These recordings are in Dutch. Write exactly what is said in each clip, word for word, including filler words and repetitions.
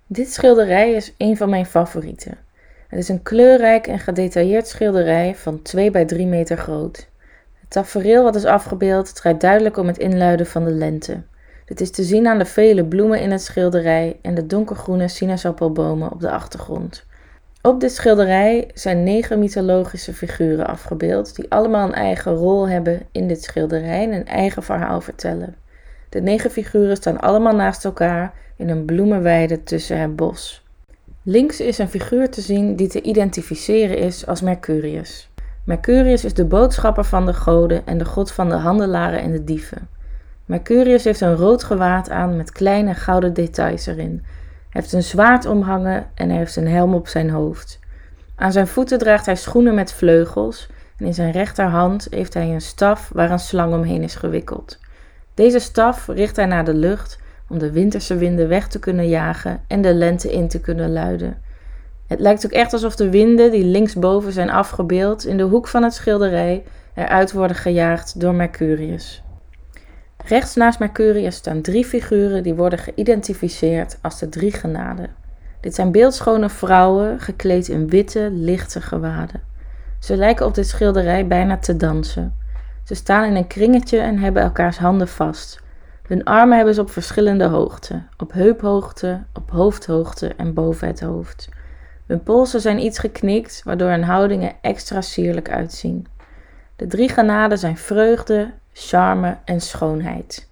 Dit schilderij is een van mijn favorieten. Het is een kleurrijk en gedetailleerd schilderij van twee bij drie meter groot. Het tafereel wat is afgebeeld draait duidelijk om het inluiden van de lente. Dit is te zien aan de vele bloemen in het schilderij en de donkergroene sinaasappelbomen op de achtergrond. Op dit schilderij zijn negen mythologische figuren afgebeeld die allemaal een eigen rol hebben in dit schilderij en een eigen verhaal vertellen. De negen figuren staan allemaal naast elkaar in een bloemenweide tussen het bos. Links is een figuur te zien die te identificeren is als Mercurius. Mercurius is de boodschapper van de goden en de god van de handelaren en de dieven. Mercurius heeft een rood gewaad aan met kleine gouden details erin. Hij heeft een zwaard omhangen en hij heeft een helm op zijn hoofd. Aan zijn voeten draagt hij schoenen met vleugels en in zijn rechterhand heeft hij een staf waar een slang omheen is gewikkeld. Deze staf richt hij naar de lucht om de winterse winden weg te kunnen jagen en de lente in te kunnen luiden. Het lijkt ook echt alsof de winden die linksboven zijn afgebeeld in de hoek van het schilderij eruit worden gejaagd door Mercurius. Rechts naast Mercurius staan drie figuren die worden geïdentificeerd als de drie genaden. Dit zijn beeldschone vrouwen gekleed in witte, lichte gewaden. Ze lijken op dit schilderij bijna te dansen. Ze staan in een kringetje en hebben elkaars handen vast. Hun armen hebben ze op verschillende hoogte, op heuphoogte, op hoofdhoogte en boven het hoofd. Hun polsen zijn iets geknikt, waardoor hun houdingen extra sierlijk uitzien. De drie genaden zijn vreugde, charme en schoonheid.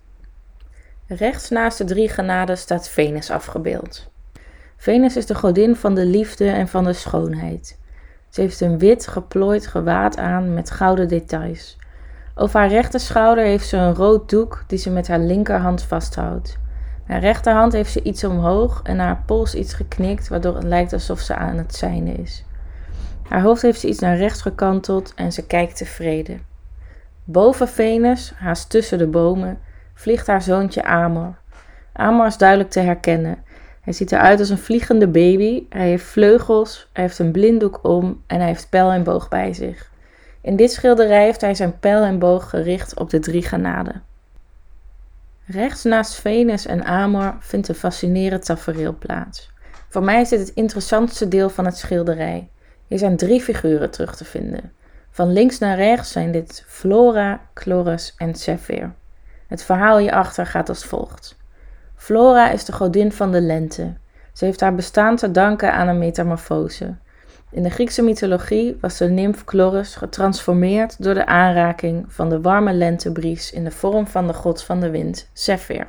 Rechts naast de drie genaden staat Venus afgebeeld. Venus is de godin van de liefde en van de schoonheid. Ze heeft een wit geplooid gewaad aan met gouden details. Over haar rechterschouder heeft ze een rood doek die ze met haar linkerhand vasthoudt. Haar rechterhand heeft ze iets omhoog en haar pols iets geknikt, waardoor het lijkt alsof ze aan het zijnen is. Haar hoofd heeft ze iets naar rechts gekanteld en ze kijkt tevreden. Boven Venus, haast tussen de bomen, vliegt haar zoontje Amor. Amor is duidelijk te herkennen. Hij ziet eruit als een vliegende baby, hij heeft vleugels, hij heeft een blinddoek om en hij heeft pijl en boog bij zich. In dit schilderij heeft hij zijn pijl en boog gericht op de drie genaden. Rechts naast Venus en Amor vindt een fascinerend tafereel plaats. Voor mij is dit het interessantste deel van het schilderij. Hier zijn drie figuren terug te vinden. Van links naar rechts zijn dit Flora, Chloris en Zephyr. Het verhaal hierachter gaat als volgt. Flora is de godin van de lente. Ze heeft haar bestaan te danken aan een metamorfose. In de Griekse mythologie was de nimf Chloris getransformeerd door de aanraking van de warme lentebries in de vorm van de god van de wind, Zephyr.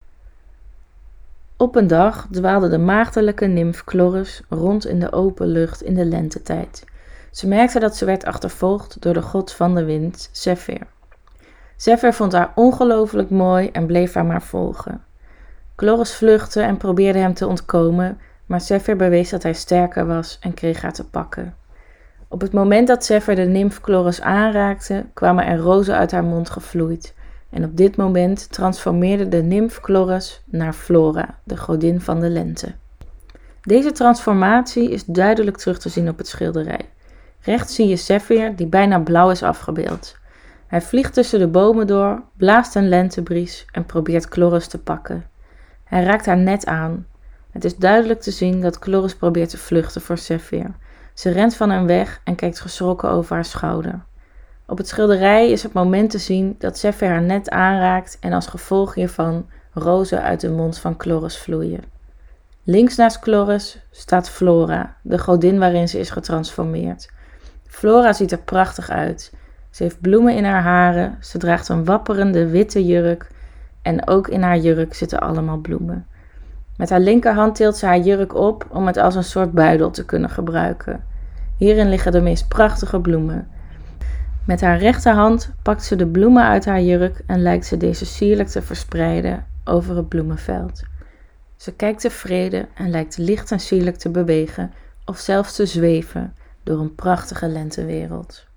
Op een dag dwaalde de maagdelijke nimf Chloris rond in de open lucht in de lentetijd. Ze merkte dat ze werd achtervolgd door de god van de wind, Zephyr. Zephyr vond haar ongelooflijk mooi en bleef haar maar volgen. Chloris vluchtte en probeerde hem te ontkomen, maar Zephyr bewees dat hij sterker was en kreeg haar te pakken. Op het moment dat Zephyr de nimf Chloris aanraakte, kwamen er rozen uit haar mond gevloeid. En op dit moment transformeerde de nimf Chloris naar Flora, de godin van de lente. Deze transformatie is duidelijk terug te zien op het schilderij. Rechts zie je Zephyr die bijna blauw is afgebeeld. Hij vliegt tussen de bomen door, blaast een lentebries en probeert Chloris te pakken. Hij raakt haar net aan. Het is duidelijk te zien dat Chloris probeert te vluchten voor Zephyr. Ze rent van hem weg en kijkt geschrokken over haar schouder. Op het schilderij is het moment te zien dat Zephyr haar net aanraakt en als gevolg hiervan rozen uit de mond van Chloris vloeien. Links naast Chloris staat Flora, de godin waarin ze is getransformeerd. Flora ziet er prachtig uit. Ze heeft bloemen in haar haren, ze draagt een wapperende witte jurk en ook in haar jurk zitten allemaal bloemen. Met haar linkerhand tilt ze haar jurk op om het als een soort buidel te kunnen gebruiken. Hierin liggen de meest prachtige bloemen. Met haar rechterhand pakt ze de bloemen uit haar jurk en lijkt ze deze sierlijk te verspreiden over het bloemenveld. Ze kijkt tevreden en lijkt licht en sierlijk te bewegen of zelfs te zweven door een prachtige lentewereld.